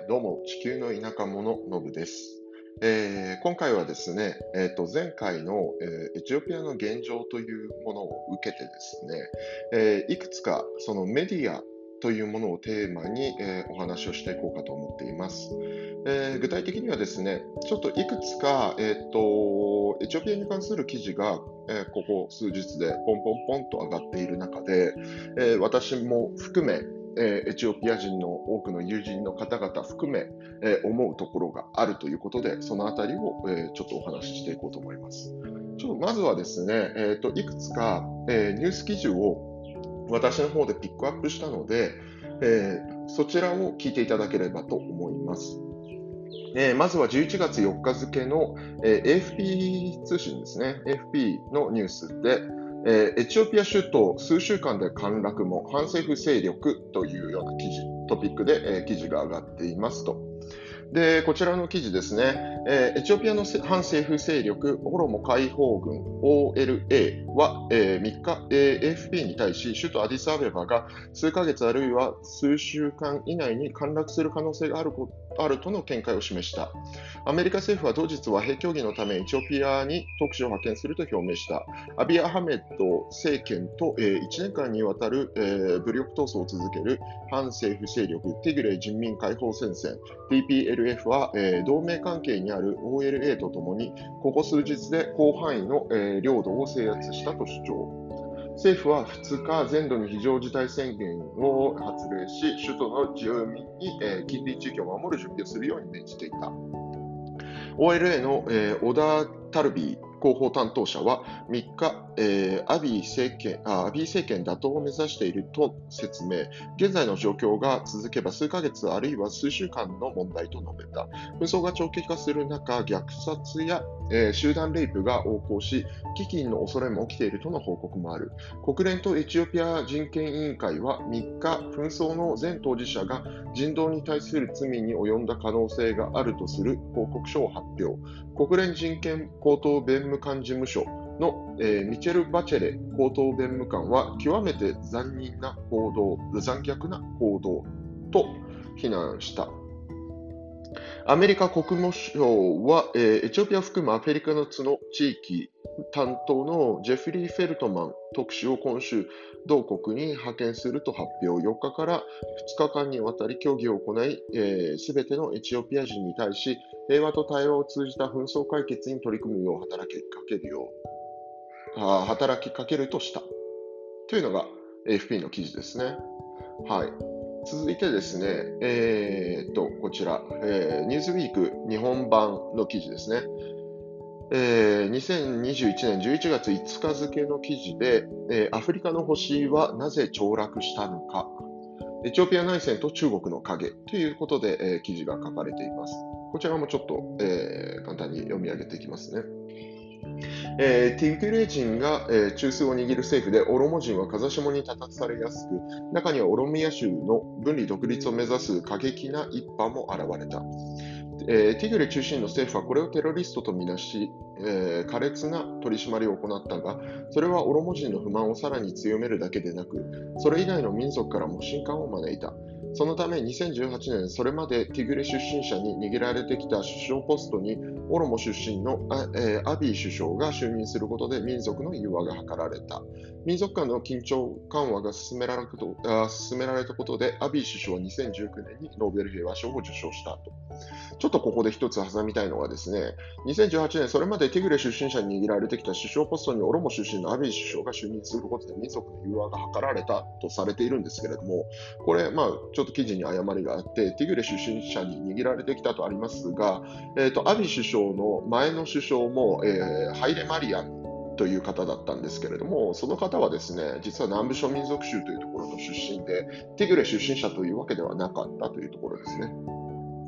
どうも、地球の田舎者のぶです。今回はですね、前回の、エチオピアの現状というものを受けてですね、いくつかそのメディアというものをテーマに、お話をしていこうかと思っています。具体的にはですね、ちょっといくつか、エチオピアに関する記事が、ここ数日でポンポンポンと上がっている中で、私も含め、エチオピア人の多くの友人の方々含め、思うところがあるということで、そのあたりを、ちょっとお話ししていこうと思います。まずはですね、いくつか、ニュース記事を私の方でピックアップしたので、そちらを聞いていただければと思います。まずは11月4日付の、AFP 通信ですね。AFP のニュースで、エチオピア首都数週間で陥落も反政府勢力というようなトピックで、記事が上がっていますと。で、こちらの記事ですね、エチオピアの反政府勢力オロモ解放軍 OLA は、3日、AFP に対し首都アディスアベバが数ヶ月あるいは数週間以内に陥落する可能性があるとの見解を示した。アメリカ政府は当日和平協議のためエチオピアに特使を派遣すると表明した。アビア・ハメッド政権と、1年間にわたる、武力闘争を続ける反政府勢力ティグレイ人民解放戦線 TPLF は、同盟関係にある OLA とともにここ数日で広範囲の、領土を制圧したと主張。政府は2日、全土に非常事態宣言を発令し、首都の住民に、近隣地域を守る準備をするように命じていた。OLA の、オダ・タルビー広報担当者は3日、アビー政権打倒を目指していると説明。現在の状況が続けば数ヶ月あるいは数週間の問題と述べた。紛争が長期化する中、虐殺や、集団レイプが横行し、飢饉の恐れも起きているとの報告もある。国連とエチオピア人権委員会は3日、紛争の全当事者が人道に対する罪に及んだ可能性があるとする報告書を発表。国連人権高等弁務官事務所の、ミチェル・バチェレ高等弁務官は極めて残虐な行動と非難した。アメリカ国務省は、エチオピアを含むアフリカの角地域担当のジェフリー・フェルトマン特使を今週同国に派遣すると発表。4日から2日間にわたり協議を行い、すべてのエチオピア人に対し平和と対話を通じた紛争解決に取り組むよう働きかけるとしたというのが AFP の記事ですね。はい。続いてですね、こちら、ニュースウィーク日本版の記事ですね。2021年11月5日付の記事で、アフリカの星はなぜ凋落したのか、エチオピア内戦と中国の影ということで、記事が書かれています。こちらもちょっと、簡単に読み上げていきますね。ティグレ人が、中枢を握る政府でオロモ人は風下に立たされやすく、中にはオロミア州の分離独立を目指す過激な一派も現れた。ティグレ中心の政府はこれをテロリストとみなし、苛烈な取り締まりを行ったが、それはオロモ人の不満をさらに強めるだけでなく、それ以外の民族からも不信感を招いた。そのため2018年、それまでティグレ出身者に握られてきた首相ポストにオロモ出身のアビー首相が就任することで民族の融和が図られた。民族間の緊張緩和が進められたことで、アビー首相は2019年にノーベル平和賞を受賞したと。ちょっとここで一つ挟みたいのはですね、2018年、それまでティグレ出身者に握られてきた首相ポストにオロモ出身のアビー首相が就任することで民族の融和が図られたとされているんですけれども、これ、ちょっと記事に誤りがあって、ティグレ出身者に握られてきたとありますが、アビー首相の前の首相も、ハイレ・マリアンという方だったんですけれども、その方はですね、実は南部諸民族州というところの出身で、ティグレ出身者というわけではなかったというところですね。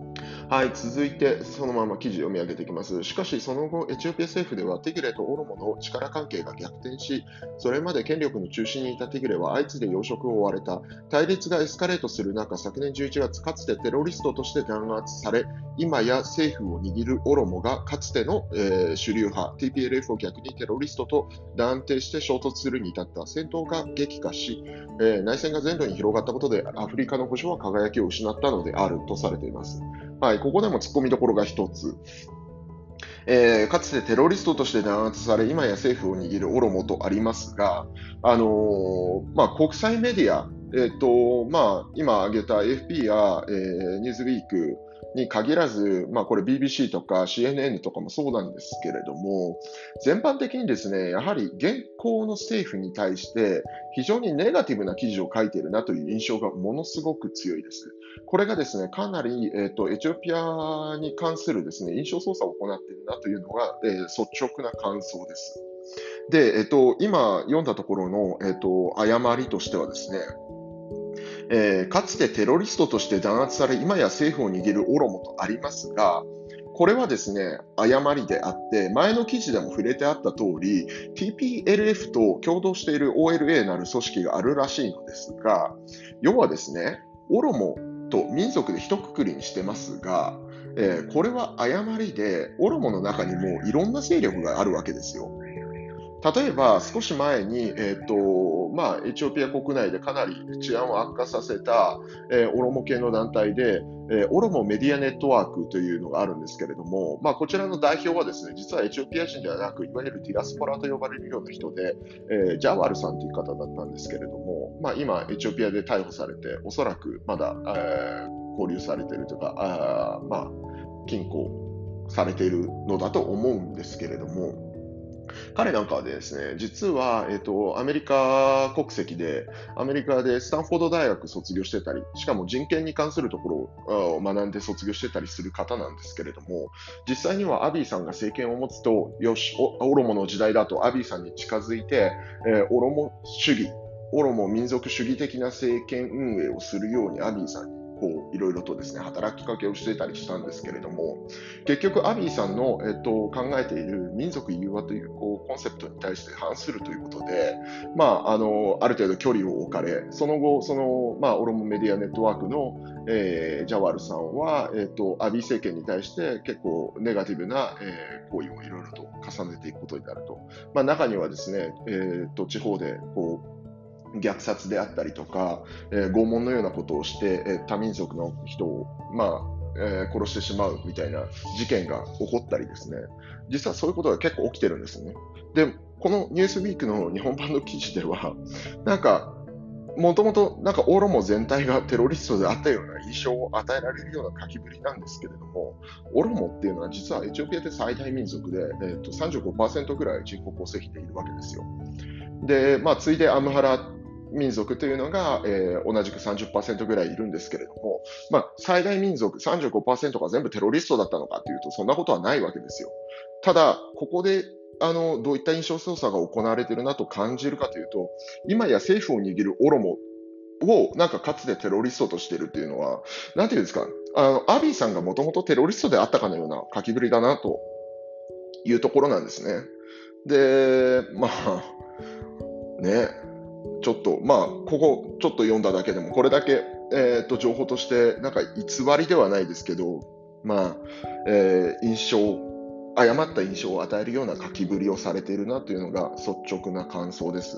はい、続いてそのまま記事を読み上げていきます。しかし、その後、エチオピア政府ではティグレとオロモの力関係が逆転し、それまで権力の中心にいたティグレは相次いで要職を追われた。対立がエスカレートする中、昨年11月、かつてテロリストとして弾圧され、今や政府を握るオロモがかつての、主流派 TPLF を逆にテロリストと断定して衝突するに至った。戦闘が激化し、内戦が全土に広がったことでアフリカの保障は輝きを失ったのであるとされています。はい、ここでも突っ込みどころが一つ。かつてテロリストとして弾圧され、今や政府を握るオロモとありますが、国際メディア、今挙げた AFP や、ニューズウィークに限らず、これ BBC とか CNN とかもそうなんですけれども、全般的にですね、やはり現行の政府に対して非常にネガティブな記事を書いているなという印象がものすごく強いです。これがですね、かなり、エチオピアに関するですね、印象操作を行っているなというのが、率直な感想です。で、今読んだところの、誤りとしてはですね、かつてテロリストとして弾圧され、今や政府を握るオロモとありますが、これはですね、誤りであって、前の記事でも触れてあった通り、TPLF と共同している OLA なる組織があるらしいのですが、要はですね、オロモと民族で一括りにしてますが、これは誤りで、オロモの中にもいろんな勢力があるわけですよ。例えば、少し前に、エチオピア国内でかなり治安を悪化させた、オロモ系の団体で、オロモメディアネットワークというのがあるんですけれども、こちらの代表はですね、実はエチオピア人ではなく、いわゆるディアスポラと呼ばれるような人で、ジャワルさんという方だったんですけれども、今、エチオピアで逮捕されて、おそらくまだ、拘留されているというか、禁錮されているのだと思うんですけれども、彼なんかはですね、実は、アメリカ国籍で、アメリカでスタンフォード大学卒業してたり、しかも人権に関するところを学んで卒業してたりする方なんですけれども、実際にはアビーさんが政権を持つと、よし、オロモの時代だとアビーさんに近づいて、オロモ主義、オロモ民族主義的な政権運営をするようにアビーさんにいろいろとですね、働きかけをしていたりしたんですけれども、結局アビーさんの、考えている民族融和という、コンセプトに対して反するということで、ある程度距離を置かれ、その後、オロモメディアネットワークの、ジャワルさんは、アビー政権に対して結構ネガティブな、行為をいろいろと重ねていくことになると。中にはですね、地方で虐殺であったりとか、拷問のようなことをして、多民族の人を、殺してしまうみたいな事件が起こったりですね、実はそういうことが結構起きてるんですね。で、このニュースウィークの日本版の記事では、もともとオロモ全体がテロリストであったような印象を与えられるような書きぶりなんですけれども、オロモっていうのは実はエチオピアで最大民族で、35% ぐらい人口構成比でいるわけですよ。で、次いでアムハラ民族というのが、同じく 30% ぐらいいるんですけれども、最大民族 35% が全部テロリストだったのかというと、そんなことはないわけですよ。ただ、ここでどういった印象操作が行われているなと感じるかというと、今や政府を握るオロモをかつてテロリストとしているというのは、なんていうんですか、アビーさんがもともとテロリストであったかのような書きぶりだなというところなんですね。で、ね、ちょっと、ここちょっと読んだだけでも、これだけ、情報として、偽りではないですけど、誤った印象を与えるような書きぶりをされているなというのが率直な感想です。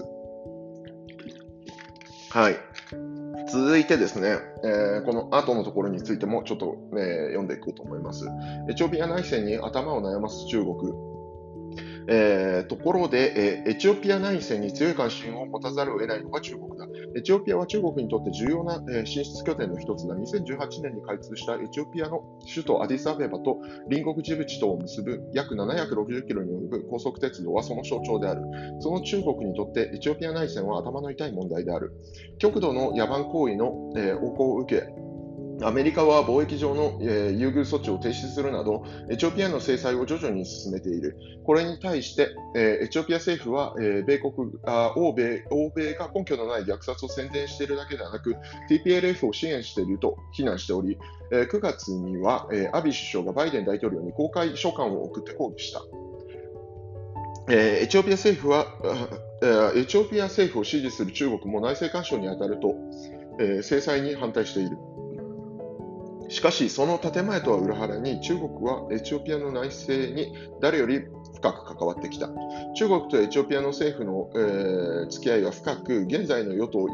はい。続いてですね、この後のところについてもちょっと、読んでいこうと思います。エチオピア内戦に頭を悩ます中国。ところで、エチオピア内戦に強い関心を持たざるを得ないのが中国だ。エチオピアは中国にとって重要な、進出拠点の一つだ。2018年に開通したエチオピアの首都アディスアベバと隣国ジブチとを結ぶ約760キロに及ぶ高速鉄道はその象徴である。その中国にとってエチオピア内戦は頭の痛い問題である。極度の野蛮行為の、横行を受け、 アメリカは貿易上の優遇措置を停止するなど、エチオピアへの制裁を徐々に進めている。これに対して、エチオピア政府は、欧米が根拠のない虐殺を宣伝しているだけではなく、TPLF を支援していると非難しており、9月には、アビー首相がバイデン大統領に公開書簡を送って抗議した。エチオピア政府は、エチオピア政府を支持する中国も内政干渉に当たると、制裁に反対している。しかし、その建前とは裏腹に、中国はエチオピアの内政に誰より深く関わってきた。中国とエチオピアの政府の、付き合いは深く、現在の与党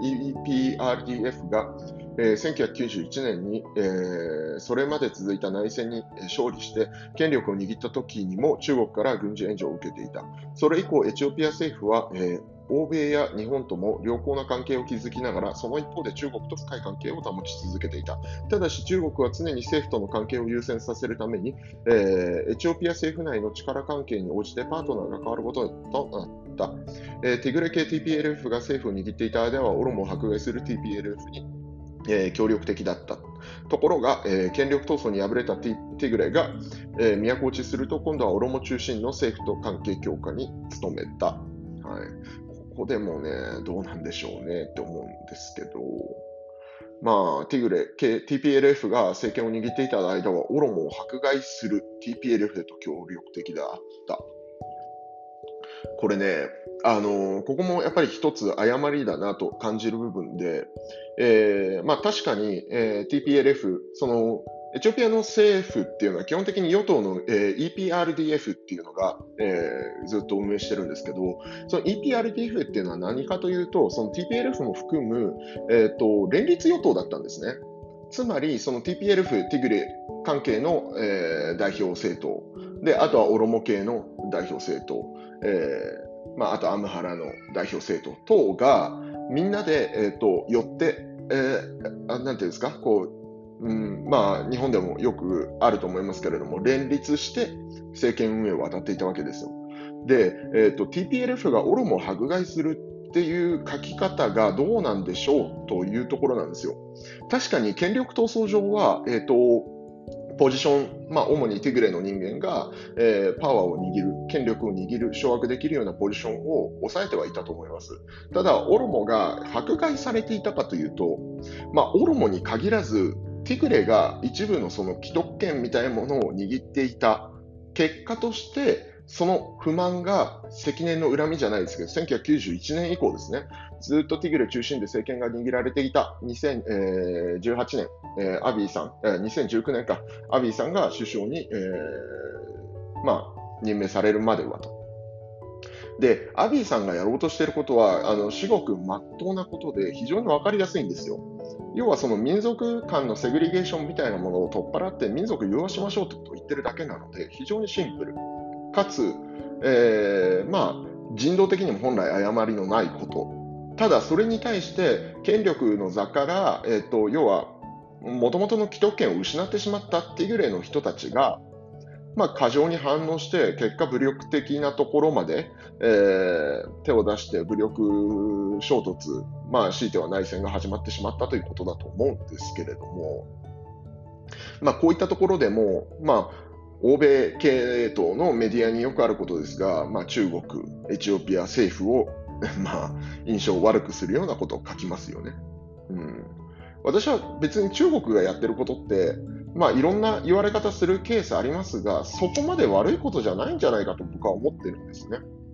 EPRDF が、1991年に、それまで続いた内戦に勝利して権力を握った時にも中国から軍事援助を受けていた。それ以降、エチオピア政府は、欧米や日本とも良好な関係を築きながら、その一方で中国と深い関係を保ち続けていた。ただし中国は常に政府との関係を優先させるために、エチオピア政府内の力関係に応じてパートナーが変わることとなった。ティグレ系 TPLF が政府を握っていた間はオロモを迫害する TPLF に協力的だった。ところが、権力闘争に敗れたティグレが、都落ちすると今度はオロモ中心の政府と関係強化に努めた。はい、ここでもね、どうなんでしょうねって思うんですけど、まあ、ティグレ系 TPLF が政権を握っていた間はオロモを迫害する TPLF と協力的だった。これね、ここもやっぱり一つ誤りだなと感じる部分で、まあ確かに、TPLF、エチオピアの政府っていうのは基本的に与党の、EPRDF っていうのが、ずっと運営してるんですけど、その EPRDF っていうのは何かというと、その TPLF も含む、連立与党だったんですね。つまり、その TPLF、ティグレ関係の、代表政党、で、あとはオロモ系の代表政党、まあ、あとアムハラの代表政党等がみんなで、寄って、なんていうんですか、まあ、日本でもよくあると思いますけれども、連立して政権運営を当たっていたわけですよ。で、TPLF がオロモを迫害するっていう書き方がどうなんでしょうというところなんですよ。確かに権力闘争上は、ポジション、まあ、主にティグレの人間が、パワーを握る、権力を握る、掌握できるようなポジションを抑えてはいたと思います。ただ、オロモが迫害されていたかというと、まあ、オロモに限らず、ティグレが一部のその既得権みたいなものを握っていた結果として、その不満が積年の恨みじゃないですけど、1991年以降ですね、ずっとティグレ中心で政権が握られていた2018年、アビーさん、2019年か、アビーさんが首相に、まあ、任命されるまではと。で、アビーさんがやろうとしていることは、至極真っ当なことで、非常に分かりやすいんですよ。要はその民族間のセグリゲーションみたいなものを取っ払って民族融和しましょうと言ってるだけなので、非常にシンプル。かつ、まあ、人道的にも本来誤りのないこと。ただ、それに対して権力の座から、要は、もともとの既得権を失ってしまったティグレの人たちが、まあ、過剰に反応して、結果武力的なところまで、手を出して武力衝突、まあ、強いては内戦が始まってしまったということだと思うんですけれども、まあ、こういったところでも、まあ、欧米系統のメディアによくあることですが、まあ、中国、エチオピア政府をまあ、印象を悪くするようなことを書きますよね。私は別に中国がやってることって、まあ、いろんな言われ方するケースありますが、そこまで悪いことじゃないんじゃないかと僕は思ってるんですね。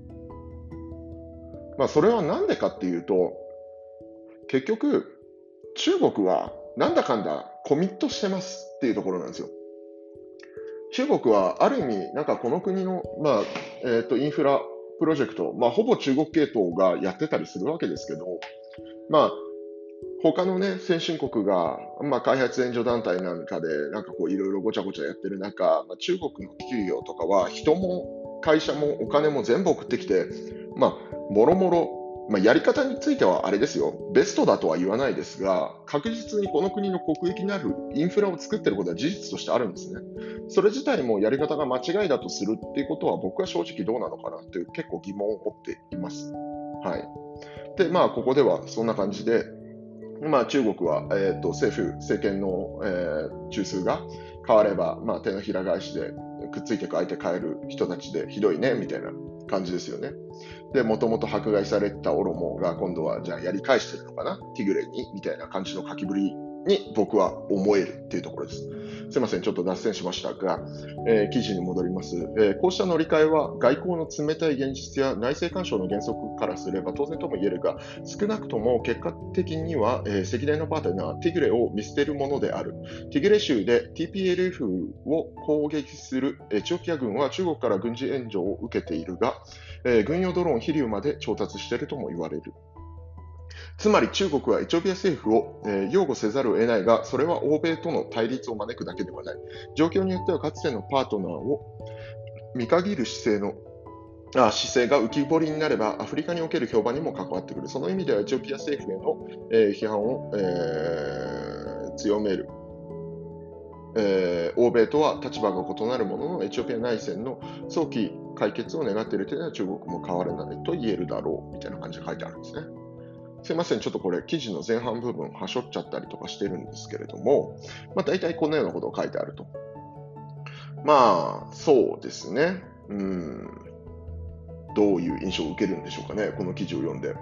まあ、それはなんでかっていうと、結局、中国はなんだかんだコミットしてますっていうところなんですよ。中国はある意味、なんかこの国の、まあインフラプロジェクト、まあ、ほぼ中国系統がやってたりするわけですけど、まあ、他のね、先進国が、まあ、開発援助団体なんかで、なんかこういろいろごちゃごちゃやってる中、まあ、中国の企業とかは人も会社もお金も全部送ってきて、まあ、もろもろ、まあ、やり方についてはあれですよ、ベストだとは言わないですが、確実にこの国の国益になるインフラを作っていることは事実としてあるんですね。それ自体もやり方が間違いだとするっていうことは僕は正直どうなのかなという結構疑問を持っています。はい。で、まあ、ここではそんな感じで、 中国は、政権の、中枢が変われば、手のひら返しでくっついてく相手変える人たちでひどいねみたいな感じですよね。で、もともと迫害されたオロモが今度はじゃあやり返してるのかな、ティグレにみたいな感じの書きぶりに僕は思えるっていうところです。すいません、ちょっと脱線しましたが、記事に戻ります。こうした乗り換えは外交の冷たい現実や内政干渉の原則からすれば当然とも言えるが、少なくとも結果的には、赤連のパートナーティグレを見捨てるものである。ティグレ州で TPLF を攻撃するエチオピア軍は中国から軍事援助を受けているが、軍用ドローン飛竜まで調達しているとも言われる。つまり中国はエチオピア政府を、擁護せざるを得ないが、それは欧米との対立を招くだけではない。状況によってはかつてのパートナーを見限る姿勢が浮き彫りになれば、アフリカにおける評判にも関わってくる。その意味ではエチオピア政府への、批判を、強める。欧米とは立場が異なるものの、エチオピア内戦の早期解決を願っている点では中国も変わらないと言えるだろうみたいな感じで書いてあるんですね。すいません、ちょっとこれ記事の前半部分はしょっちゃったりとかしてるんですけれども、大体このようなことを書いてあると。そうですね。どういう印象を受けるんでしょうかね、この記事を読んで。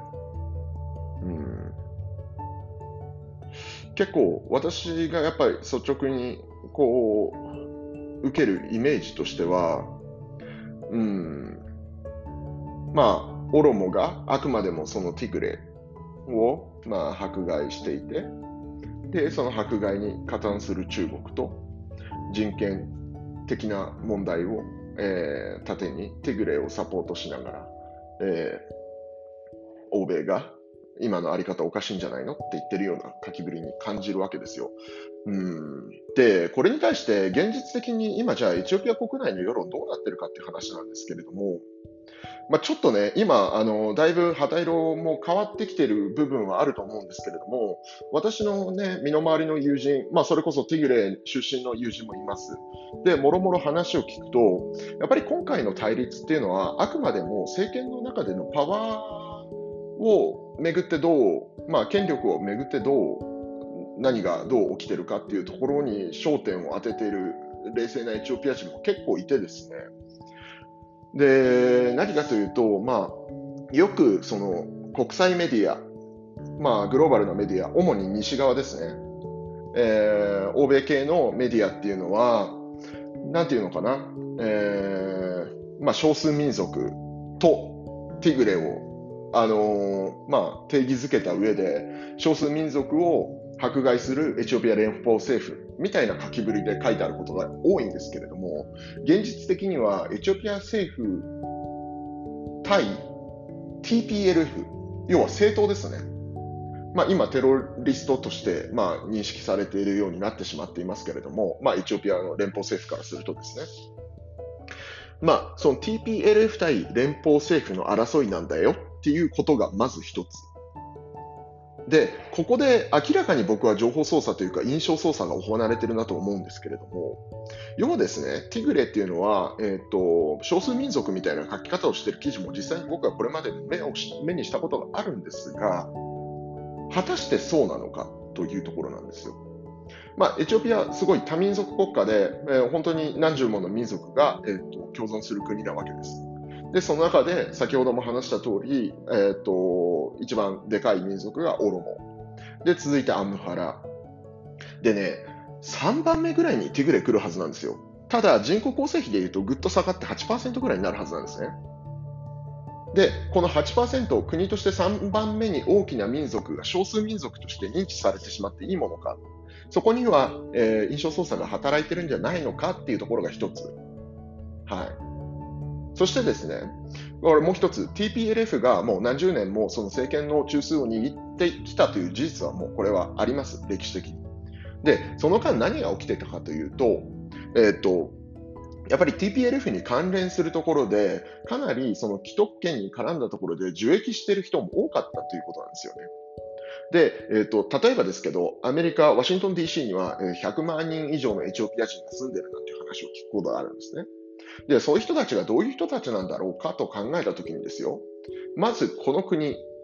結構私がやっぱり率直にこう受けるイメージとしては、オロモがあくまでもそのティグレを、迫害していて、でその迫害に加担する中国と人権的な問題を、盾にティグレをサポートしながら、欧米が今のあり方おかしいんじゃないのって言ってるような書きぶりに感じるわけですよ。で、これに対して現実的に今じゃあエチオピア国内の世論どうなってるかっていう話なんですけれども、ちょっとね、今、だいぶ旗色も変わってきている部分はあると思うんですけれども、私のね、身の回りの友人、それこそティグレ出身の友人もいます。で、もろもろ話を聞くと、やっぱり今回の対立っていうのは、あくまでも政権の中でのパワーをめぐってどう、権力をめぐって何がどう起きてるかっていうところに焦点を当てている冷静なエチオピア人も結構いてですね、で、何かというと、よくその国際メディア、グローバルなメディア、主に西側ですね、欧米系のメディアっていうのは、なんていうのかな、少数民族とティグレを、定義づけた上で、少数民族を迫害するエチオピア連邦政府みたいな書きぶりで書いてあることが多いんですけれども、現実的にはエチオピア政府対 TPLF、要は政党ですね。今テロリストとして、認識されているようになってしまっていますけれども、エチオピアの連邦政府からするとですね、その TPLF 対連邦政府の争いなんだよっていうことがまず一つ。で、ここで明らかに僕は情報操作というか印象操作が行われているなと思うんですけれども、要はですね、ティグレっていうのは、少数民族みたいな書き方をしている記事も実際に僕はこれまで目にしたことがあるんですが、果たしてそうなのかというところなんですよ。エチオピアすごい多民族国家で、本当に何十もの民族が、共存する国なわけです。で、その中で先ほども話した通り、一番でかい民族がオロモ。で、続いてアムハラ。でね、3番目ぐらいにティグレ来るはずなんですよ。ただ人口構成比でいうとぐっと下がって 8% ぐらいになるはずなんですね。で、この 8% を国として3番目に大きな民族が少数民族として認知されてしまっていいものか。そこには、印象操作が働いてるんじゃないのかっていうところが一つ。そしてですね、これもう一つ、TPLF がもう何十年もその政権の中枢を握ってきたという事実はもうこれはあります、歴史的に。で、その間何が起きていたかというと、やっぱり TPLF に関連するところで、かなりその既得権に絡んだところで受益している人も多かったということなんですよね。で、例えばですけど、アメリカ、ワシントン DC には100万人以上のエチオピア人が住んでるなんていう話を聞くことがあるんですね。で、そういう人たちがどういう人たちなんだろうかと考えたときにですよ、まずこの国、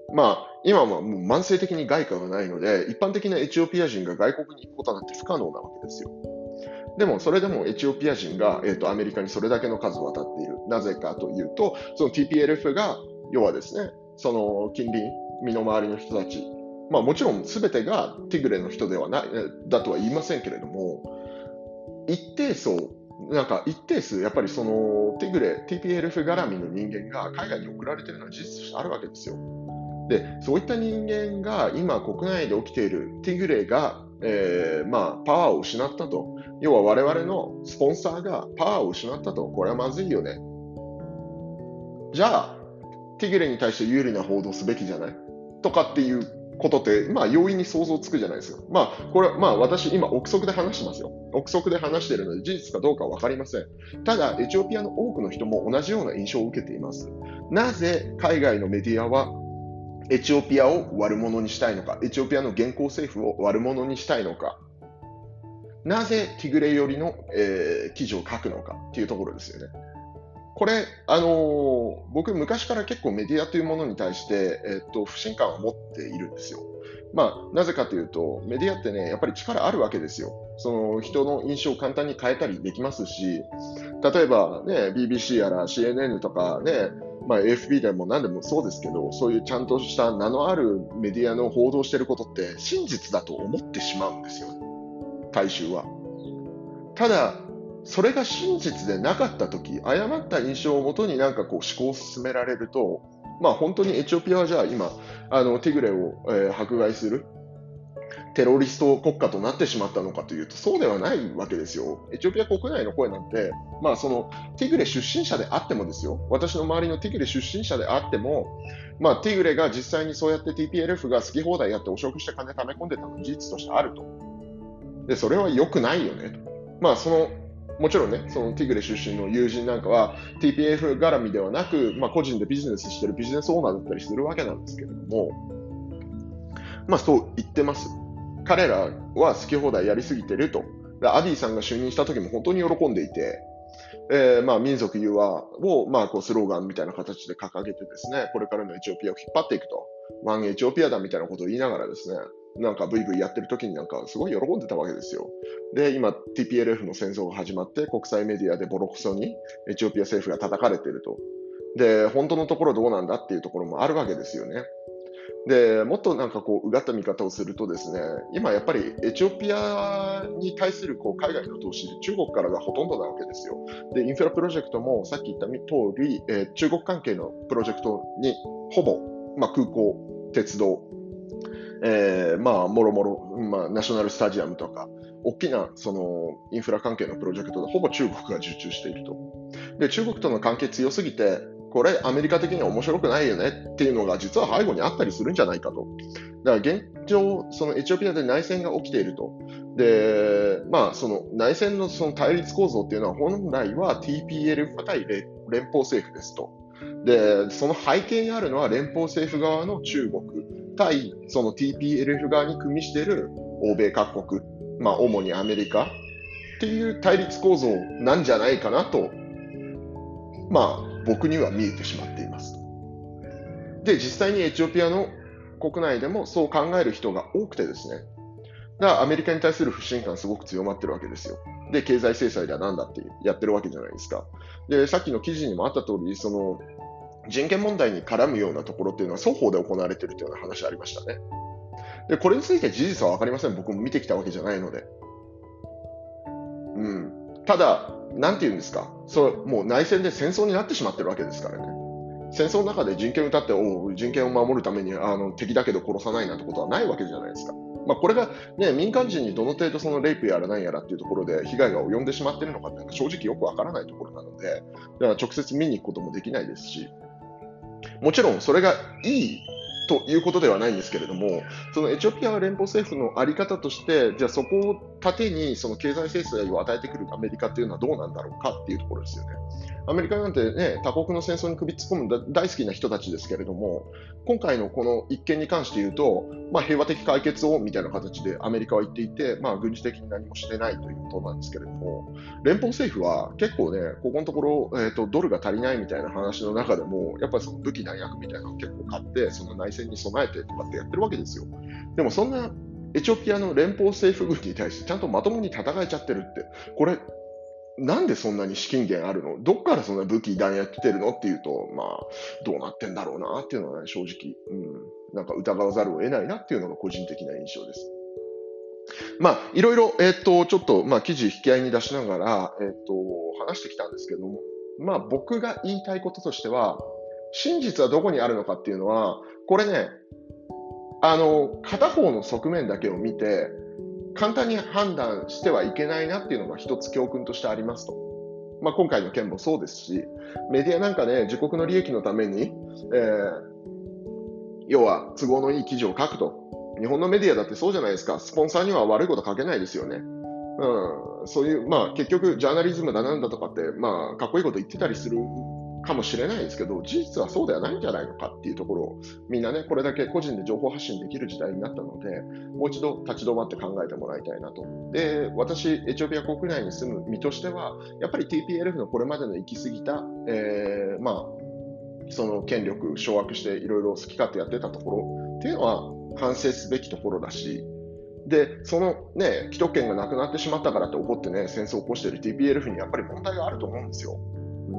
今はもう慢性的に外貨がないので、一般的なエチオピア人が外国に行くことなんて不可能なわけですよ。でも、それでもエチオピア人が、アメリカにそれだけの数渡っている。なぜかというと、その TPLF が、要はですね、その近隣、身の回りの人たち、もちろん全てがティグレの人ではない、だとは言いませんけれども、一定層、一定数、やっぱりそのティグレ、TPLF 絡みの人間が海外に送られているのは事実としてあるわけですよ。で、そういった人間が今国内で起きているティグレが、パワーを失ったと。要は我々のスポンサーがパワーを失ったと。これはまずいよね。じゃあ、ティグレに対して有利な報道すべきじゃないとかっていうことって、容易に想像つくじゃないですか。これ、私、今、憶測で話してますよ。憶測で話しているので、事実かどうかは分かりません。ただ、エチオピアの多くの人も同じような印象を受けています。なぜ海外のメディアはエチオピアを悪者にしたいのか、エチオピアの現行政府を悪者にしたいのか、なぜティグレ寄りの、記事を書くのかっていうところですよね。これ、僕、昔から結構メディアというものに対して、不信感を持っているんですよ。なぜかというと、メディアってね、やっぱり力あるわけですよ。その人の印象を簡単に変えたりできますし、例えばね、BBC やら CNN とかね、AFP でも何でもそうですけど、そういうちゃんとした名のあるメディアの報道していることって真実だと思ってしまうんですよ、大衆は。ただ、それが真実でなかったとき、誤った印象をもとに思考を進められると、本当にエチオピアはじゃあ今、ティグレを、迫害するテロリスト国家となってしまったのかというと、そうではないわけですよ。エチオピア国内の声なんて、そのティグレ出身者であってもですよ、私の周りのティグレ出身者であっても、ティグレが実際にそうやって TPLF が好き放題やって汚職して金貯め込んでたのは事実としてあると。で、それは良くないよねと。もちろんね、そのティグレ出身の友人なんかは TPF 絡みではなく、個人でビジネスしてるビジネスオーナーだったりするわけなんですけれども、そう言ってます。彼らは好き放題やりすぎてると。アディさんが就任した時も本当に喜んでいて、民族融和を、スローガンみたいな形で掲げてですね、これからのエチオピアを引っ張っていくと。ワンエチオピアだみたいなことを言いながらですね、ブイブイやってる時にすごい喜んでたわけですよ。で、今 TPLF の戦争が始まって国際メディアでボロクソにエチオピア政府が叩かれていると。で、本当のところどうなんだっていうところもあるわけですよね。で、もっとうがった見方をするとですね、今やっぱりエチオピアに対する海外の投資で中国からがほとんどなわけですよ。で、インフラプロジェクトもさっき言った通り、中国関係のプロジェクトにほぼ、空港、鉄道、もろもろ、ナショナルスタジアムとか、大きなそのインフラ関係のプロジェクトでほぼ中国が受注していると。で、中国との関係強すぎて、これアメリカ的には面白くないよねっていうのが実は背後にあったりするんじゃないかと。だから現状、そのエチオピアで内戦が起きていると。で、その内戦のその対立構造っていうのは本来は TPLF 対連邦政府ですと。で、その背景にあるのは連邦政府側の中国対その TPLF 側に組みしている欧米各国、主にアメリカっていう対立構造なんじゃないかなと、僕には見えてしまっています。で、実際にエチオピアの国内でもそう考える人が多くてですね、だからアメリカに対する不信感すごく強まってるわけですよ。で、経済制裁だなんだってやってるわけじゃないですか。で、さっきの記事にもあった通り、その人権問題に絡むようなところっていうのは双方で行われているというような話ありましたね。で、これについて事実は分かりません。僕も見てきたわけじゃないので。ただ、なんて言うんですか、もう内戦で戦争になってしまってるわけですからね。戦争の中で人権を歌って、人権を守るために敵だけど殺さないなんてことはないわけじゃないですか。これが、民間人にどの程度そのレイプやら何やらっていうところで被害が及んでしまっているのかっていうのは正直よくわからないところなので、だから直接見に行くこともできないですし、もちろんそれがいいということではないんですけれども、そのエチオピアは連邦政府の在り方として、じゃあそこを盾にその経済制裁を与えてくるアメリカっていうのはどうなんだろうかっていうところですよね。アメリカなんてね、他国の戦争に首突っ込む大好きな人たちですけれども、今回のこの一件に関して言うと、平和的解決をみたいな形でアメリカは言っていて、軍事的に何もしてないということなんですけれども、連邦政府は結構ね、ここのところ、ドルが足りないみたいな話の中でも、やっぱりその武器弾薬みたいなのを結構買って、その内戦に備えてとかってやってるわけですよ。でもそんなエチオピアの連邦政府軍に対してちゃんとまともに戦えちゃってるって、これなんでそんなに資金源あるの、どっからそんな武器弾薬来てるのっていうと、まあ、どうなってんだろうなっていうのはね、正直、なんか疑わざるを得ないなっていうのが個人的な印象です。まあ、いろいろ、ちょっと、まあ、記事引き合いに出しながら、話してきたんですけども、まあ、僕が言いたいこととしては、真実はどこにあるのかっていうのは、これね、片方の側面だけを見て、簡単に判断してはいけないなっていうのが一つ教訓としてありますと。まあ、今回の件もそうですし、メディアなんかね、自国の利益のために、要は都合のいい記事を書くと。日本のメディアだってそうじゃないですか。スポンサーには悪いこと書けないですよね。そういう、まあ結局ジャーナリズムだなんだとかって、まあかっこいいこと言ってたりするかもしれないですけど、事実はそうではないんじゃないのかっていうところを、みんなね、これだけ個人で情報発信できる時代になったので、もう一度立ち止まって考えてもらいたいなと。で、私、エチオピア国内に住む身としては、やっぱり TPLF のこれまでの行き過ぎた、まあ、その権力掌握していろいろ好き勝手やってたところっていうのは反省すべきところだし、で、そのね、既得権がなくなってしまったからって怒ってね、戦争を起こしている TPLF にやっぱり問題があると思うんですよ。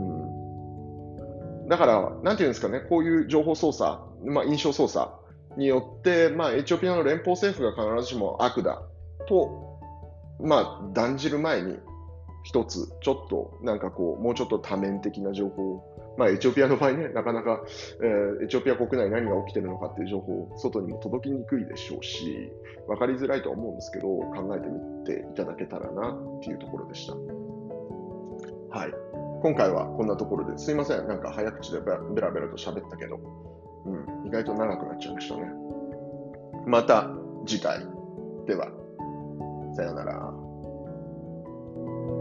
だから、なんていうんですかね、こういう情報操作、まあ、印象操作によって、まあ、エチオピアの連邦政府が必ずしも悪だと、まあ、断じる前に、一つ、ちょっと、なんかこう、もうちょっと多面的な情報、まあ、エチオピアの場合ね、なかなか、エチオピア国内何が起きてるのかっていう情報、外にも届きにくいでしょうし、分かりづらいとは思うんですけど、考えてみていただけたらなっていうところでした。はい。今回はこんなところですいません。なんか早口でベラベラと喋ったけど、意外と長くなっちゃいましたね。また次回。では、さようなら。